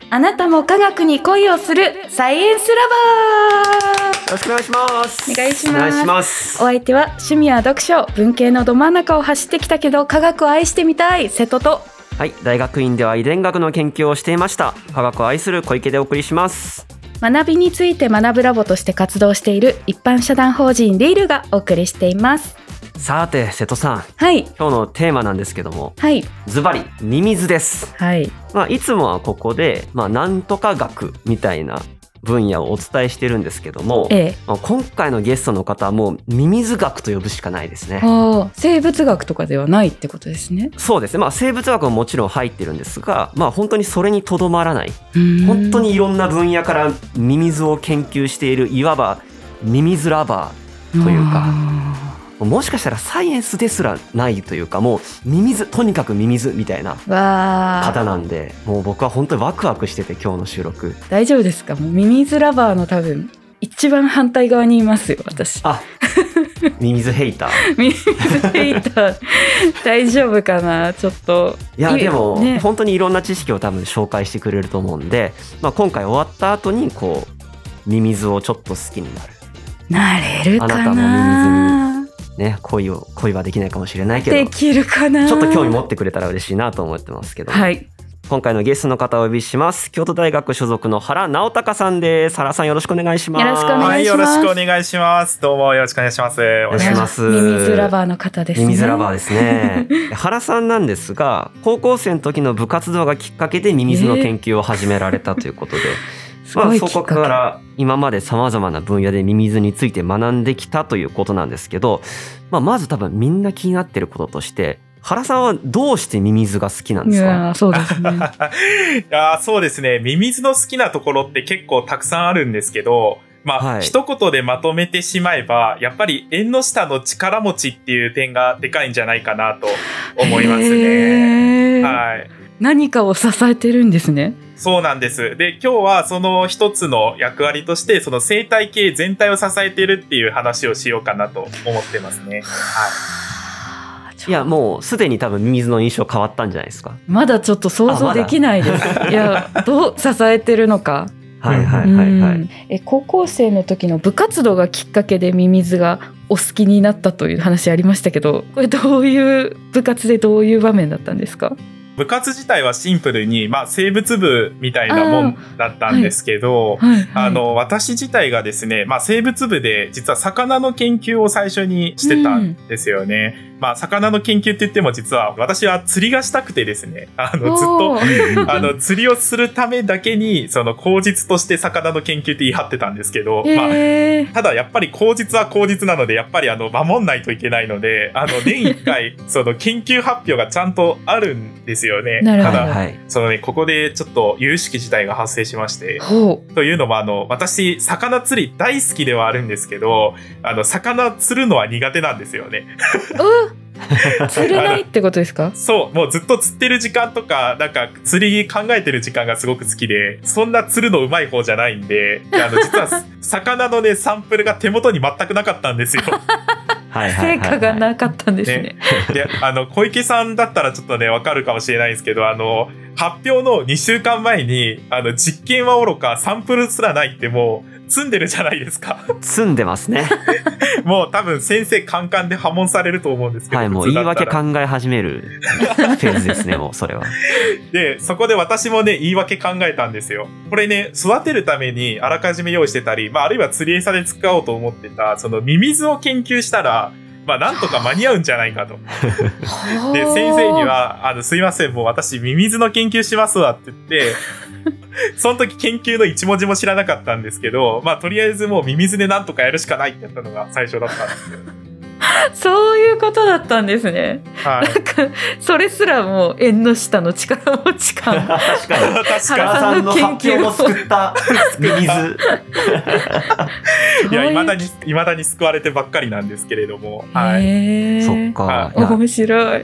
あなたも科学に恋をするサイエンスラバー。 よろしくお願いします。 お願いします。 お願いします。 お相手は趣味や読書、文系のど真ん中を走ってきたけど科学を愛してみたい瀬戸と、 はい、大学院では遺伝学の研究をしていました科学を愛する小池でお送りします。 学びについて学ぶラボとして活動している一般社団法人リールがお送りしています。 さて瀬戸さん、 はい、 今日のテーマなんですけども、 はい、 ズバリミミズです。 はい、 いつもはここで、なんとか学みたいな分野をお伝えしてるんですけども、今回のゲストの方はもうミミズ学と呼ぶしかないですね。 生物学とかではないってことですね。 そうですね、生物学ももちろん入ってるんですが、本当にそれにとどまらない、本当にいろんな分野からミミズを研究している、いわばミミズラバーというか、もしかしたらサイエンスですらないというか、もうミミズ、とにかくミミズみたいな方なんで、もう僕は本当にワクワクしてて、今日の収録大丈夫ですか？もうミミズラバーの多分一番反対側にいますよ、私。 ミミズヘイターミミズヘイター大丈夫かな。ちょっといやでも、本当にいろんな知識を多分紹介してくれると思うんで、今回終わった後にこうミミズをちょっと好きになれるかな。 あなたもミミズにね、恋はできないかもしれないけど、 できるかな。 ちょっと興味持ってくれたら嬉しいなと思ってますけど、 はい、 今回のゲストの方をお呼びします。京都大学所属の原直隆さんです。原さん、よろしくお願いします。 よろしくお願いします。 はい、よろしくお願いします。どうもよろしくお願いします。 お願いします。 ミミズラバーの方ですね。 ミミズラバーですね。原さんなんですが、高校生の時の部活動がきっかけでミミズの研究を始められたということで、そこから今まで様々な分野でミミズについて学んできたということなんですけど、まず多分みんな気になってることとして、原さんはどうしてミミズが好きなんですか？ いや、そうですね。 そうですね。ミミズの好きなところって結構たくさんあるんですけど、一言でまとめてしまえば、やっぱり縁の下の力持ちっていう点がでかいんじゃないかなと思いますね。はい。 何かを支えてるんですね。 そうなんです。で、今日はその一つの役割として、その生態系全体を支えているっていう話をしようかなと思ってますね。はい。 いや、もうすでに多分ミミズの印象変わったんじゃないですか？ まだちょっと想像できないです。いや、どう支えてるのか。高校生の時の部活動がきっかけでミミズがお好きになったという話ありましたけど、これどういう部活でどういう場面だったんですか？ 部活自体はシンプルに、生物部みたいなもんだったんですけど、私自体がですね、生物部で実は魚の研究を最初にしてたんですよね。魚の研究って言っても実は私は釣りがしたくてですね、ずっと釣りをするためだけにその口実として魚の研究って言い張ってたんですけど、ただやっぱり口実は口実なので、やっぱり守んないといけないので、年1回その研究発表がちゃんとあるんですよね。ただ、ここでちょっと有識事態が発生しまして、というのも私魚釣り大好きではあるんですけど、魚釣るのは苦手なんですよね。 釣れないってことですか？ そう、もうずっと釣ってる時間とか、なんか釣り考えてる時間がすごく好きで、そんな釣るのうまい方じゃないんで、実は魚のねサンプルが手元に全くなかったんですよ。 成果がなかったんですね。 で、小池さんだったらちょっとねわかるかもしれないんですけど、発表の2週間前に実験はおろかサンプルすらないってもう積んでるじゃないですか。 積んでますね。 もう多分先生カンカンで破門されると思うんですけど、 もう言い訳考え始めるフェーズですね。もうそれは。 で、そこで私もね言い訳考えたんですよ。これね育てるためにあらかじめ用意してたり、あるいは釣り餌で使おうと思ってたそのミミズを研究したら、なんとか間に合うんじゃないかと。で、先生にはすいません、もう私ミミズの研究しますわって言ってその時研究の一文字も知らなかったんですけど、とりあえずもうミミズでなんとかやるしかないってやったのが最初だったんですよ。 そういうことだったんですね。 はい、 なんかそれすらもう縁の下の力持ち感。 確かに。原さんの発表も救ったミミズ。 いや、未だに救われてばっかりなんですけれども。 そっか。 面白い。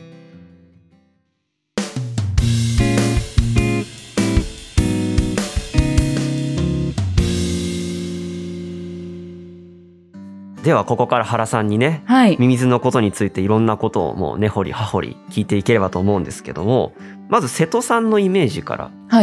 ではここから原さんにね、ミミズのことについていろんなことをもう根掘り葉掘り聞いていければと思うんですけども、まず瀬戸さんのイメージから、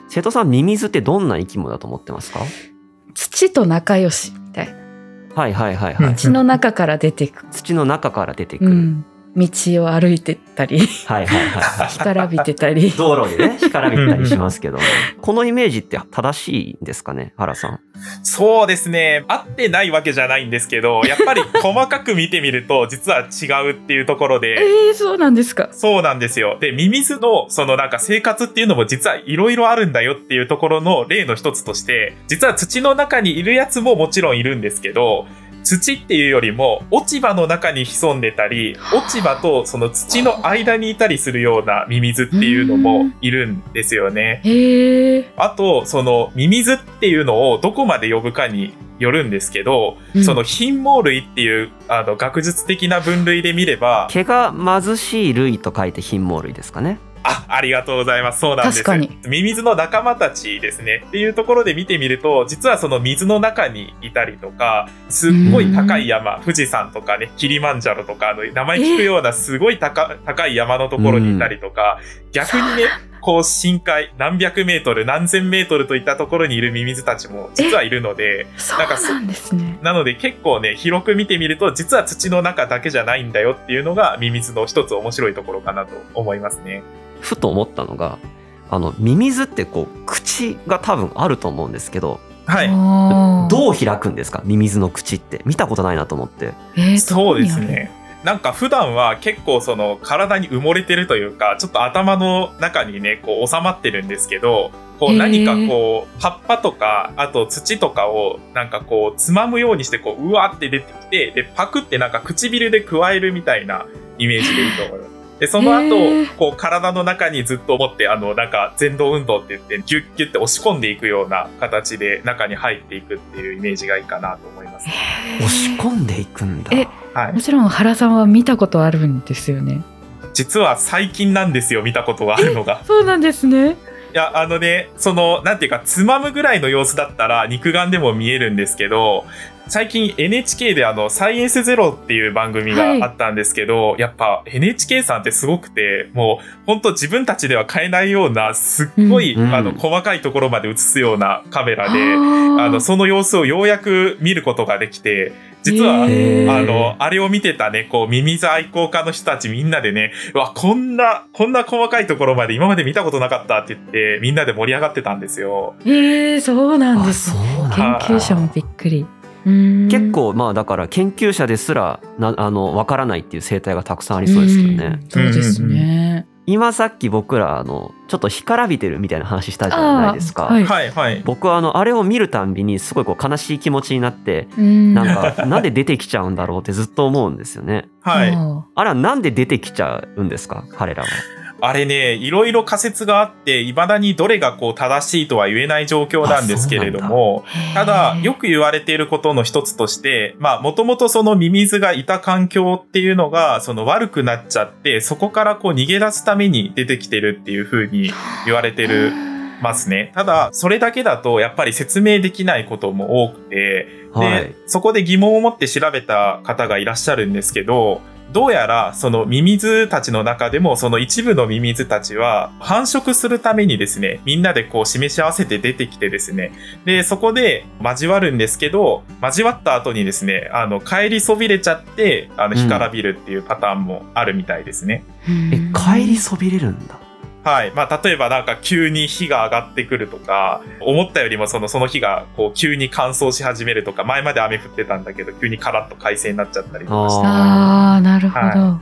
瀬戸さん、ミミズってどんな生き物だと思ってますか？ 土と仲良しみたいな。 はいはいはいはい。 土の中から出てくる。 土の中から出てくる。 道を歩いてったり、 はいはいはい。 干からびてたり。 道路でね、干からびたりしますけども。このイメージって正しいんですかね、原さん。 そうですね。合ってないわけじゃないんですけど、やっぱり細かく見てみると、実は違うっていうところで。 そうなんですか。 そうなんですよ。で、ミミズの、なんか生活っていうのも実はいろいろあるんだよっていうところの例の一つとして、実は土の中にいるやつももちろんいるんですけど、土っていうよりも落ち葉の中に潜んでたり、落ち葉とその土の間にいたりするようなミミズっていうのもいるんですよね。あとミミズっていうのをどこまで呼ぶかによるんですけど、その貧毛類っていう学術的な分類で見れば、 毛が貧しい類と書いて貧毛類ですかね。 ありがとうございます。そうなんです。 確かに。 ミミズの仲間たちですね。っていうところで見てみると、実はその水の中にいたりとか、すっごい高い山、富士山とかね、キリマンジャロとか、名前聞くようなすごい高い山のところにいたりとか、逆にね、こう深海何百メートル何千メートルといったところにいるミミズたちも実はいるので、 そうなんですね。 なので結構ね、広く見てみると実は土の中だけじゃないんだよっていうのがミミズの一つ面白いところかなと思いますね。 ふと思ったのが、ミミズってこう口が多分あると思うんですけど、 はい、 どう開くんですか？ミミズの口って見たことないなと思って。 そうですね。なんか普段は結構体に埋もれてるというか、ちょっと頭の中にね、こう収まってるんですけど、こう何かこう葉っぱとか、あと土とかをなんかこうつまむようにしてこううわって出てきて、でパクってなんか唇で加えるみたいなイメージでいいと思います。でその後こう体の中にずっと持ってなんか前動運動って言ってギュッギュッて押し込んでいくような形で中に入っていくっていうイメージがいいかなと思います。 押し込んでいくんだ。 はい、 もちろん原さんは見たことあるんですよね。 実は最近なんですよ、見たことがあるのが。 そうなんですね。 いやね、なんていうかつまむぐらいの様子だったら肉眼でも見えるんですけど、最近 NHK でサイエンスゼロっていう番組があったんですけど、やっぱ NHK さんってすごくて、もう本当自分たちでは買えないようなすっごい、細かいところまで映すようなカメラで、その様子をようやく見ることができて、実はあれを見てたね、こうミミズ愛好家の人たちみんなでね、こんな細かいところまで今まで見たことなかったって言ってみんなで盛り上がってたんですよ。 そうなんです。研究者もびっくり。 結構だから研究者ですらわからないっていう生態がたくさんありそうですけどね。 そうですね。 今さっき僕らちょっと干からびてるみたいな話したじゃないですか。僕はあれを見るたんびにすごいこう悲しい気持ちになって、なんで出てきちゃうんだろうってずっと思うんですよね。あれはなんで出てきちゃうんですか、彼らは。 あれね、いろいろ仮説があって、未だにどれがこう正しいとは言えない状況なんですけれども、ただ、よく言われていることの一つとして、もともとそのミミズがいた環境っていうのが、悪くなっちゃって、そこからこう逃げ出すために出てきてるっていう風に言われてるますね。ただ、それだけだとやっぱり説明できないことも多くて、で、そこで疑問を持って調べた方がいらっしゃるんですけど、どうやらそのミミズたちの中でもその一部のミミズたちは繁殖するためにですね、みんなでこう示し合わせて出てきてですね、でそこで交わるんですけど、交わった後にですね、帰りそびれちゃって干からびるっていうパターンもあるみたいですね。 帰りそびれるんだ。 はい。例えばなんか急に火が上がってくるとか、思ったよりもその日がこう急に乾燥し始めるとか、前まで雨降ってたんだけど急にカラッと快晴になっちゃったりとかして。 なるほど。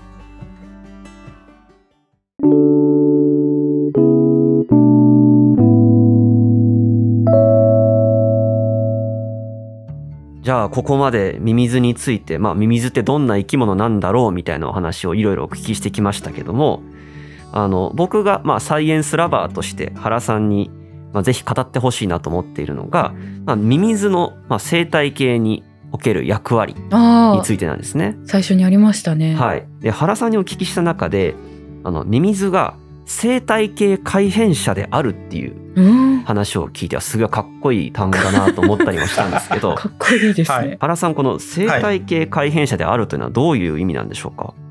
じゃあここまでミミズについて、ミミズってどんな生き物なんだろうみたいなお話をいろいろお聞きしてきましたけども、僕がサイエンスラバーとして原さんにぜひ語ってほしいなと思っているのが、ミミズの生態系における役割についてなんですね。 最初にありましたね。 はい。で、原さんにお聞きした中でミミズが生態系改変者であるっていう話を聞いてはすごいかっこいい単語だなと思ったりもしたんですけどかっこいいですね。 原さん、この生態系改変者であるというのはどういう意味なんでしょうか？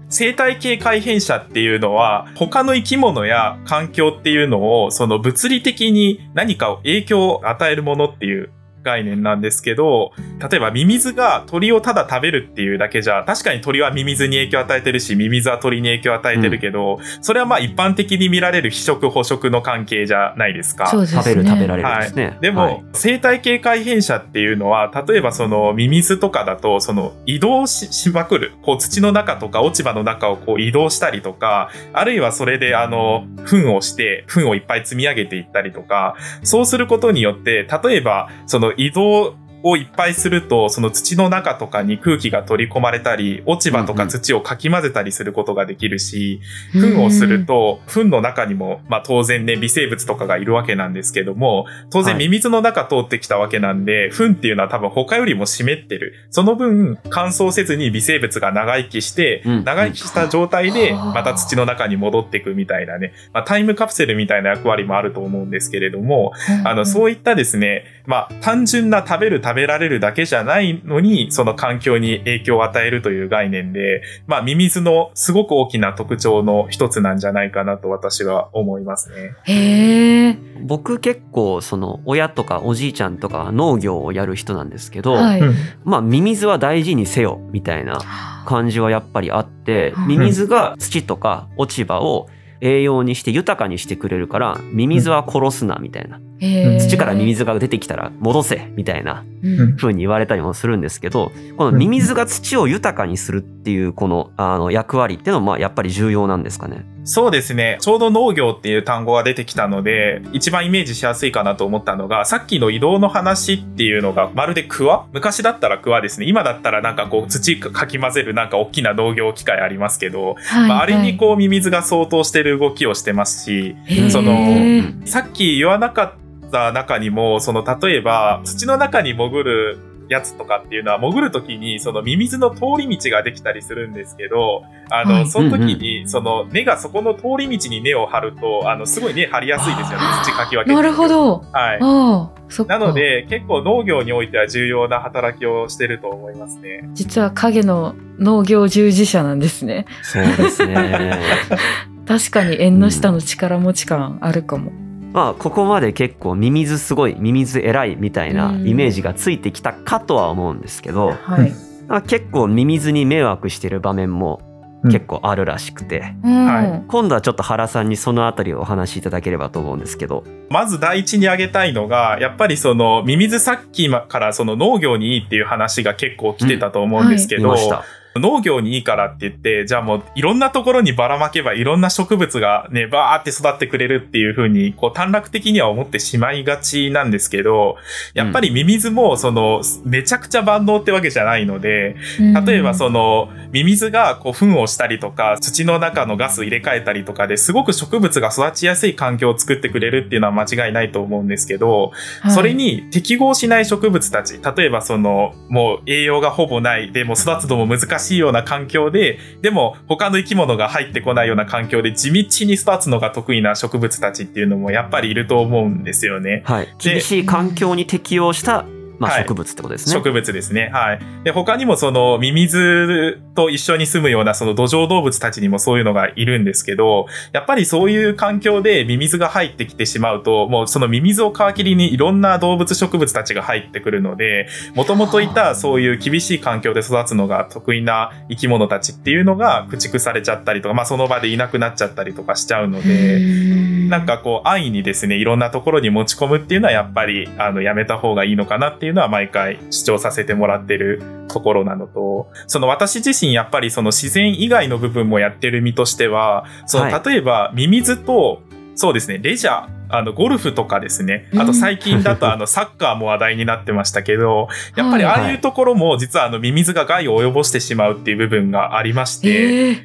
生態系改変者っていうのは他の生き物や環境っていうのをその物理的に何かを影響を与えるものっていう概念なんですけど、例えばミミズが鳥をただ食べるっていうだけじゃ、確かに鳥はミミズに影響を与えてるし、ミミズは鳥に影響を与えてるけど、それはまあ一般的に見られる被食補食の関係じゃないですか。 そうですね。 食べられるですね。 はい、でも、生態系改変者っていうのは、例えばそのミミズとかだと、その移動 しまくる、こう土の中とか落ち葉の中をこう移動したりとか、あるいはそれで糞をして、糞をいっぱい積み上げていったりとか、そうすることによって、例えばその移動をいっぱいすると、その土の中とかに空気が取り込まれたり、落ち葉とか土をかき混ぜたりすることができるし、糞をすると、糞の中にも、まあ当然ね、微生物とかがいるわけなんですけども、当然ミミズの中通ってきたわけなんで、糞っていうのは多分他よりも湿ってる。その分、乾燥せずに微生物が長生きして、長生きした状態で、また土の中に戻っていくみたいなね、まあタイムカプセルみたいな役割もあると思うんですけれども、そういったですね、まあ単純な食べられるだけじゃないのに、その環境に影響を与えるという概念で、まあミミズのすごく大きな特徴の一つなんじゃないかなと私は思いますね。 へー。 僕結構その親とかおじいちゃんとか農業をやる人なんですけど、まあミミズは大事にせよみたいな感じはやっぱりあって、ミミズが土とか落ち葉を栄養にして豊かにしてくれるからミミズは殺すなみたいな、土からミミズが出てきたら戻せみたいな風に言われたりもするんですけど、このミミズが土を豊かにするっていうこの役割っていうのはまあやっぱり重要なんですかね。 そうですね。ちょうど農業っていう単語が出てきたので、一番イメージしやすいかなと思ったのが、さっきの移動の話っていうのがまるでクワ？昔だったらクワですね。今だったらなんかこう土かき混ぜるなんか大きな農業機械ありますけど、まあ、あれにこうミミズが相当してる動きをしてますし、さっき言わなかった中にも、例えば土の中に潜るやつとかっていうのは潜るときにそのミミズの通り道ができたりするんですけど、その時にその根がそこの通り道に根を張るとすごい根張りやすいですよね。土かき分けて。 なるほど。 はい。なので結構農業においては重要な働きをしてると思いますね。 実は影の農業従事者なんですね。 そうですね。 確かに縁の下の力持ち感あるかも。 まあここまで結構ミミズすごい、ミミズ偉いみたいなイメージがついてきたかとは思うんですけど、結構ミミズに迷惑してる場面も結構あるらしくて、今度はちょっと原さんにそのあたりをお話しいただければと思うんですけど。 まず第一に挙げたいのが、やっぱりミミズさっきから農業にいいっていう話が結構来てたと思うんですけど、農業にいいからって言って、じゃあもういろんなところにばらまけばいろんな植物がね、バーって育ってくれるっていう風に、こう短絡的には思ってしまいがちなんですけど、やっぱりミミズもめちゃくちゃ万能ってわけじゃないので、例えばミミズがこう糞をしたりとか、土の中のガスを入れ替えたりとかですごく植物が育ちやすい環境を作ってくれるっていうのは間違いないと思うんですけど、それに適合しない植物たち、例えばもう栄養がほぼない、でも育つのも難しいような環境で、でも他の生き物が入ってこないような環境で地道に育つのが得意な植物たちっていうのもやっぱりいると思うんですよね。 はい。厳しい環境に適応した植物ってことですね。 植物ですね。はい。で、他にもミミズと一緒に住むような土壌動物たちにもそういうのがいるんですけど、やっぱりそういう環境でミミズが入ってきてしまうと、もうミミズを皮切りにいろんな動物植物たちが入ってくるので、もともといたそういう厳しい環境で育つのが得意な生き物たちっていうのが駆逐されちゃったりとか、その場でいなくなっちゃったりとかしちゃうので、なんかこう安易にですね、いろんなところに持ち込むっていうのはやっぱりやめた方がいいのかなっていうのは毎回主張させてもらってるところなのと、私自身やっぱり自然以外の部分もやってる身としては、例えばミミズとそうですね、レジャー、ゴルフとかですね、あと最近だとサッカーも話題になってましたけど、やっぱりああいうところも実はミミズが害を及ぼしてしまうっていう部分がありまして、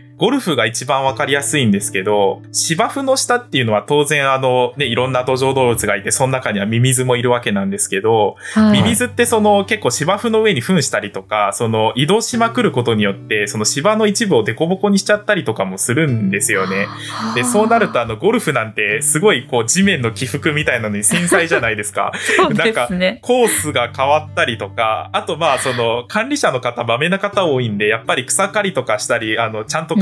ゴルフが一番わかりやすいんですけど、芝生の下っていうのは当然いろんな土壌動物がいて、その中にはミミズもいるわけなんですけど、ミミズって結構芝生の上に糞したりとか、移動しまくることによって、芝の一部をデコボコにしちゃったりとかもするんですよね。で、そうなるとゴルフなんてすごいこう地面の起伏みたいなのに繊細じゃないですか。 そうですね。 なんかコースが変わったりとか、あと管理者の方、まめな方多いんで、やっぱり草刈りとかしたり、ちゃんと管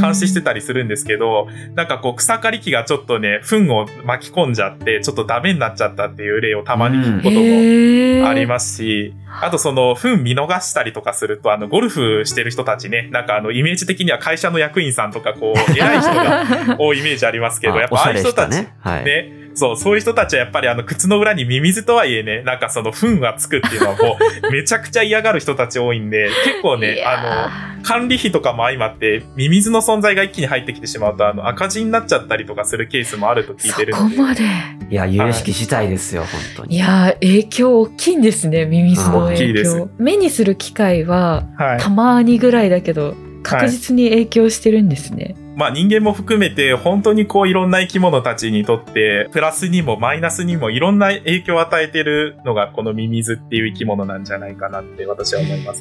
監視してたりするんですけど、なんかこう草刈り機がちょっとね糞を巻き込んじゃってちょっとダメになっちゃったっていう例をたまに聞くこともありますし、あとその糞見逃したりとかするとゴルフしてる人たちね、なんかイメージ的には会社の役員さんとかこう偉い人が多いイメージありますけどやっぱああいう人たちね、そういう人たちはやっぱり靴の裏にミミズとはいえね、なんかその糞がつくっていうのはもうめちゃくちゃ嫌がる人たち多いんで、結構ね管理費とかも相まってミミズの存在が一気に入ってきてしまうと赤字になっちゃったりとかするケースもあると聞いてるので。 そこまで。 いや有識したいですよ、本当に。 いや影響大きいんですね、ミミズの影響。目にする機会はたまにぐらいだけど、確実に影響してるんですね。 まあ人間も含めて本当にこういろんな生き物たちにとってプラスにもマイナスにもいろんな影響を与えてるのがこのミミズっていう生き物なんじゃないかなって私は思います。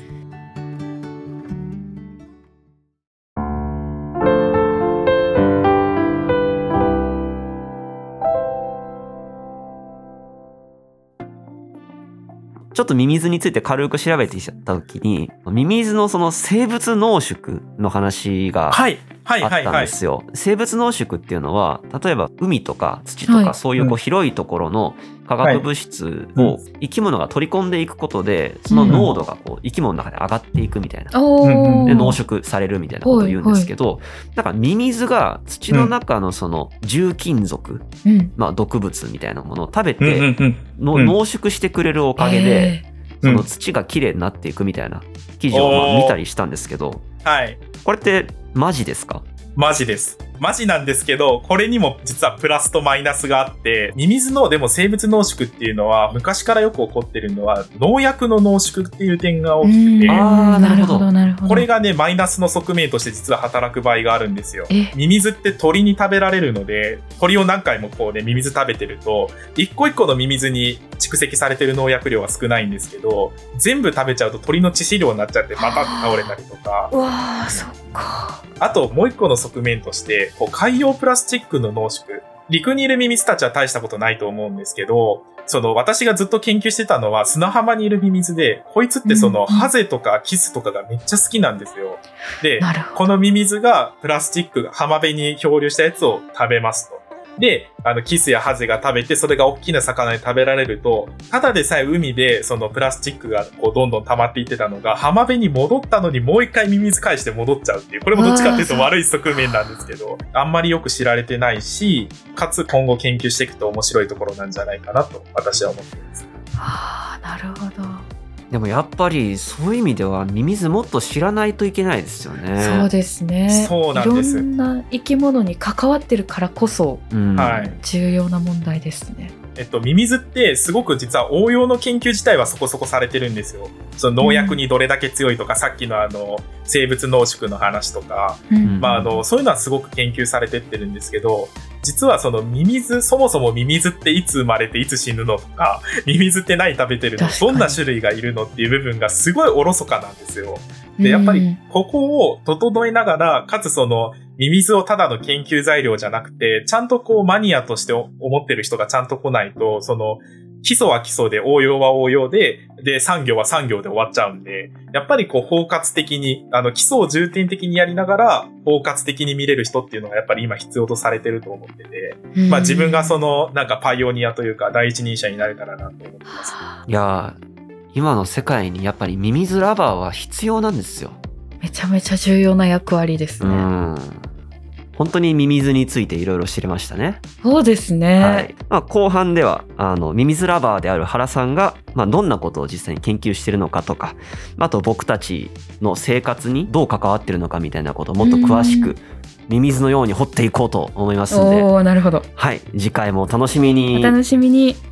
ちょっとミミズについて軽く調べていったときに、ミミズのその生物濃縮の話があったんですよ。生物濃縮っていうのは、例えば海とか土とかそういう広いところの化学物質を生き物が取り込んでいくことで、その濃度がこう生き物の中で上がっていくみたいな、で濃縮されるみたいなことを言うんですけど、だからミミズが土の中のその重金属、毒物みたいなものを食べて濃縮してくれるおかげで、その土がきれいになっていくみたいな記事を見たりしたんですけど、これってマジですか？ マジです。マジなんですけど、これにも実はプラスとマイナスがあって、ミミズのでも生物濃縮っていうのは昔からよく起こってるのは農薬の濃縮っていう点が大きくて、 なるほどなるほど。 これがねマイナスの側面として実は働く場合があるんですよ。ミミズって鳥に食べられるので、鳥を何回もこうねミミズ食べてると一個一個のミミズに蓄積されてる農薬量は少ないんですけど、全部食べちゃうと鳥の致死量になっちゃってバタッと倒れたりとか。 うわー、そっか。 あともう一個の側面としてこう海洋プラスチックの濃縮、陸にいるミミズたちは大したことないと思うんですけど、その私がずっと研究してたのは砂浜にいるミミズで、こいつってそのハゼとかキスとかがめっちゃ好きなんですよ。でこのミミズがプラスチック浜辺に漂流したやつを食べますと。でキスやハゼが食べて、それが大きな魚に食べられると、ただでさえ海でそのプラスチックがこうどんどん溜まっていってたのが浜辺に戻ったのにもう一回ミミズ返して戻っちゃうっていう、これもどっちかっていうと悪い側面なんですけど、あんまりよく知られてないし、かつ今後研究していくと面白いところなんじゃないかなと私は思っています。 なるほど。 でもやっぱりそういう意味ではミミズもっと知らないといけないですよね。 そうですね。 そうなんです。 いろんな生き物に関わってるからこそ、重要な問題ですね。 ミミズってすごく実は応用の研究自体はそこそこされてるんですよ。その農薬にどれだけ強いとか、さっきの生物濃縮の話とか、そういうのはすごく研究されてってるんですけど、実はそのミミズ、そもそもミミズっていつ生まれていつ死ぬのとか、ミミズって何食べてるの、どんな種類がいるのっていう部分がすごいおろそかなんですよ。でやっぱりここを整えながら、かつそのミミズをただの研究材料じゃなくて、ちゃんとこうマニアとして思ってる人がちゃんと来ないと、その基礎は基礎で応用は応用で産業は産業で終わっちゃうんで、やっぱりこう包括的に基礎を重点的にやりながら包括的に見れる人っていうのがやっぱり今必要とされてると思ってて、自分がそのなんかパイオニアというか第一人者になれたらなと思ってます。 いや今の世界にやっぱりミミズラバーは必要なんですよ。 めちゃめちゃ重要な役割ですね。 本当にミミズについていろいろ知れましたね。 そうですね。 後半ではミミズラバーである原さんが、どんなことを実際に研究しているのかとか、あと僕たちの生活にどう関わっているのかみたいなことをもっと詳しくミミズのように掘っていこうと思いますので、 なるほど。 はい、次回も楽しみに。 お楽しみに。